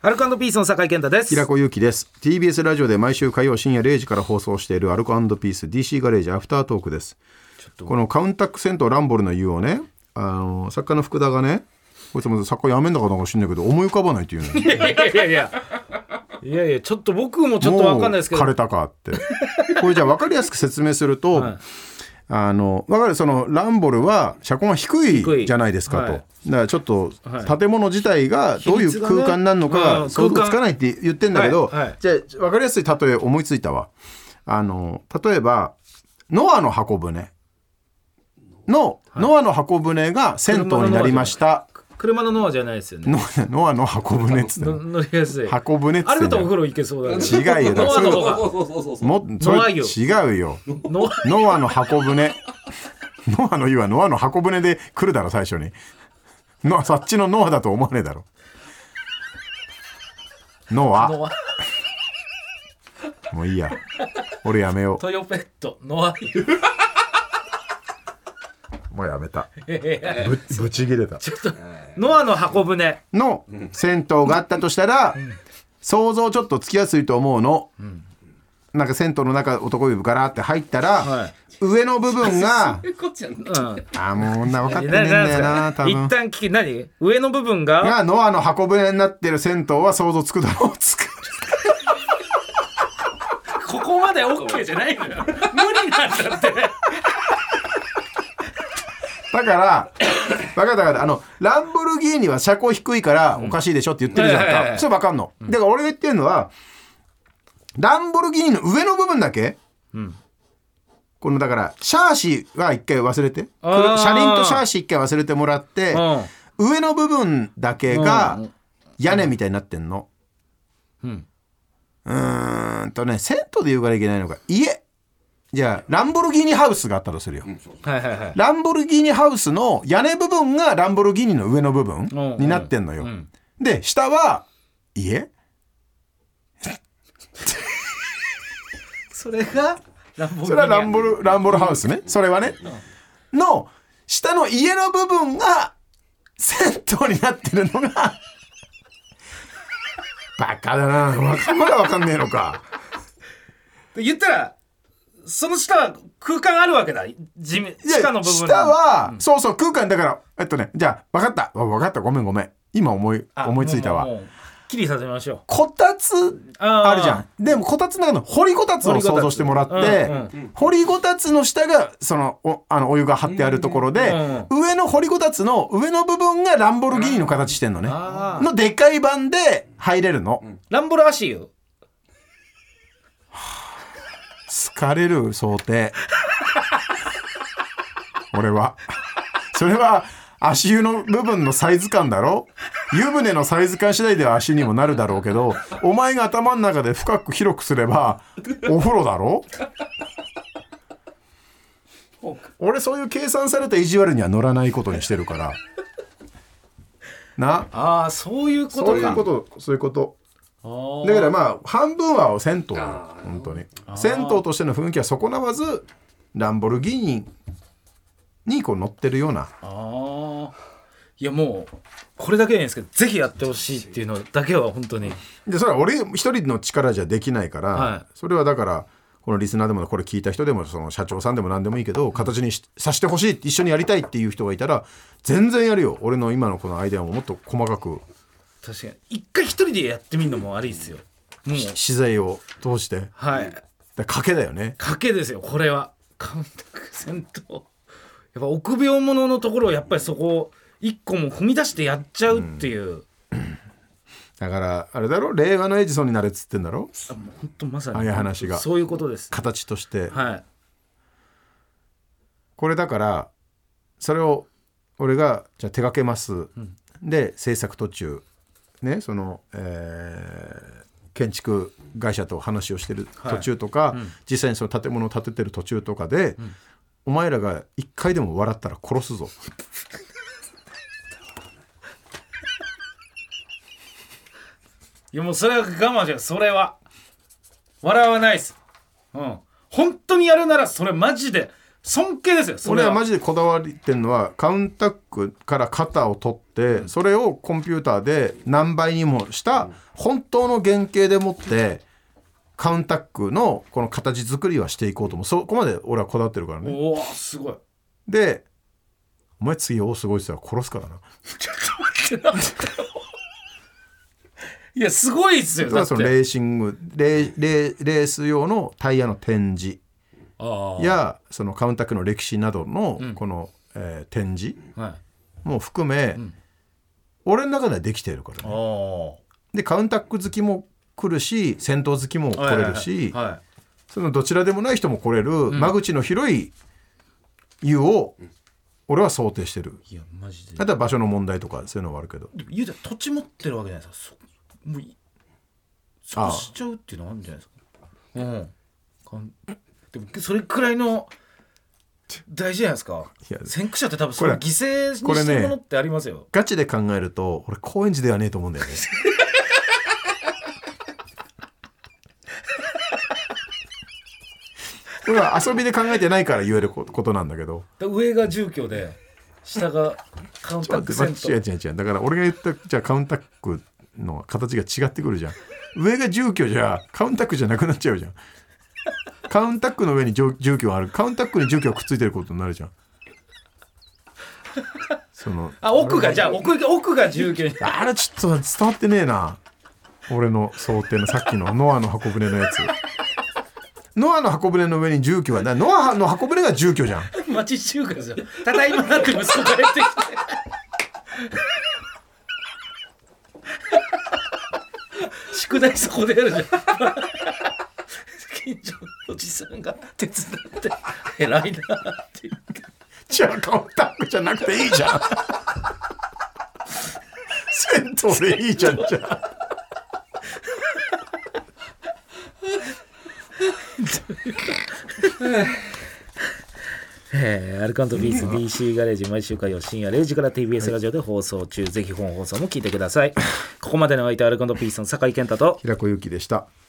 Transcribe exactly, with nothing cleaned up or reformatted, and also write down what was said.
アルコ&ピースの酒井健太です。 平子祐希です。 ティービーエス ラジオで毎週火曜深夜れいじから放送しているアルコ&ピース ディーシー ガレージアフタートークです。このカウンタック銭湯ランボルの湯をね、あの作家の福田がね、こいつも作家やめんだかなんか知んないけど思い浮かばないっていうね。 いやいやいやいやいやいや、ちょっと僕もちょっと分かんないですけど、 もう枯れたかってこれじゃあ分かりやすく説明すると、はい、あの分かる、そのランボルは車高が低いじゃないですかと、はい、だからちょっと建物自体がどういう空間になるのかが想像つかないって言ってんだけど、はいはい、じゃあ分かりやすい例え思いついたわ。あの例えばノアの箱舟の、はい、ノアの箱舟が銭湯になりました。 車のノアじゃないですよね。 ノアの箱舟っつって乗りやすい箱舟っつって、 あれだとお風呂行けそうだね。 違うよ、 ノアの方がもそれ違うよ。ノアの箱舟ノアの湯はノアの箱舟で来るだろ最初に。ノア、そっちのノアだと思わねえだろ。ノアノアもういいや、俺やめよう。 トヨペットノア湯もうやめた。ぶ, ぶち切れた。 ちょっとノアの箱舟の銭湯があったとしたら、うん、想像ちょっとつきやすいと思うの、うん、なんか銭湯の中男湯ガラって入ったら、はい、上の部分があもう女分かってねえんだよな多分。 一旦聞き、何上の部分ががノアの箱舟になってる銭湯は想像つくだろう。つくここまで OK じゃないのよ。無理なんだってだから分かった分かった、あのランボルギーニは車高低いからおかしいでしょって言ってるじゃんか、うんはいはいはい、それ分かんの、うん、だから俺が言ってるのはランボルギーニの上の部分だけ、うん、このだからシャーシは一回忘れて、車輪とシャーシ一回忘れてもらって、うん、上の部分だけが屋根みたいになってんの、うん、うーんとね、銭湯で言うからいけないのか、家じゃあランボルギーニハウスがあったとするよ、うんはいはいはい、ランボルギーニハウスの屋根部分がランボルギーニの上の部分になってんのよ、うんうん、で下は家それがランボルそれはランボル、ランボルハウスね、それはね、うん、の下の家の部分が銭湯になってるのがバカだな、まだ分かんねえのか言ったらその下は空間あるわけだ。地面地下の部分。 下は、うん、そうそう空間だから、えっとね、じゃあ分かった分かった、ごめんごめん、今思い思いついたわ。 もうもうきりさせましょう。 こたつあるじゃん。でもこたつの中の掘りごたつを想像してもらって、うんうん、掘りごたつの下がその お, あのお湯が張ってあるところで、うんうん、上の掘りごたつの上の部分がランボルギーニの形してんのね。のでかい版で入れるの。 ランボル足湯。 疲れる想定俺はそれは足湯の部分のサイズ感だろ。湯船のサイズ感次第では足にもなるだろうけど、お前が頭の中で深く広くすればお風呂だろ俺そういう計算された意地悪には乗らないことにしてるからな。 ああ、そういうことか。 そういうことそういうことだからまあ半分は銭湯だ、本当に銭湯としての雰囲気は損なわずランボルギーニにこう乗ってるような。 あいやもうこれだけなんですけど、ぜひやってほしいっていうのだけは本当に。 でそれは俺一人の力じゃできないから、はい、それはだからこのリスナーでもこれ聞いた人でもその社長さんでも何でもいいけど、形にさせてほしい、一緒にやりたいっていう人がいたら全然やるよ。俺の今のこのアイデアももっと細かく。 確かに一回一人でやってみるのも悪いですよ。もう資材を通して、 はい、 だ賭けだよね。 賭けですよこれは。カウンタック銭湯やっぱ臆病者のところをやっぱりそこを一個も踏み出してやっちゃうっていう、うん、 だからあれだろ、令和のエジソンになれっつってんだろ。 あもう本当まさにああいう話がそういうことです。 形として、 はい、 これだからそれを俺がじゃあ手掛けます、うん、で制作途中ね、その、えー、建築会社と話をしてる途中とか、はいうん、実際にその建物を建ててる途中とかで、うん、お前らが一回でも笑ったら殺すぞいやもうそれは我慢じゃん。それは笑わないです、うん、本当にやるならそれマジで尊敬ですよそれ俺はマジでこだわってんのはカウンタックから型を取ってそれをコンピューターで何倍にもした本当の原型でもってカウンタックのこの形作りはしていこうと思う。そこまで俺はこだわってるからね。 おおすごい。 でお前次おすごいっすよ殺すからな。 ちょっと待ってないやすごいっすよ。だってそのレーシングレー、レー、レース用のタイヤの展示やそのカウンタックの歴史などのこの、うんえー、展示も含め、うん、俺の中ではできてるからね。でカウンタック好きも来るし戦闘好きも来れるし、はいはいはい、そのどちらでもない人も来れる、うん、間口の広い湯を俺は想定してる。いやマジであとは場所の問題とかそういうのはあるけど言うたら土地持ってるわけじゃないですか。そもうそうしちゃうっていうのはあるんじゃないですか。うんでもそれくらいの大事じゃないですか。先駆者って多分それ犠牲にしてるものってありますよ、ね、 ガチで考えると俺高円寺ではねえと思うんだよねこれは遊びで考えてないから言えることなんだけど上が住居で下がカウンタックセント。 違う違う違うだから俺が言ったじゃあカウンタックの形が違ってくるじゃん。上が住居じゃカウンタックじゃなくなっちゃうじゃん。カウンタックの上に住居があるカウンタックに住居がくっついてることになるじゃん。そのあ奥がじゃあ奥が奥が住居にあれちょっと伝わってねえな俺の想定のさっきのノアの箱舟のやつノアの箱舟の上に住居はなノアの箱舟が住居じゃん。 町中華ですよ。ただいまなって息子帰ってきて宿題そこでやるじゃん近所のおじさんが手伝って偉いなって言ってじゃあカウンタックじゃなくていいじゃん銭湯でいいじゃんじゃあえー、アルカントピース ディーシー ガレージ毎週火曜深夜れいじから ティービーエス ラジオで放送中、ぜひ本放送も聞いてください。ここまでの相手はアルカントピースの酒井健太と平子祐希でした。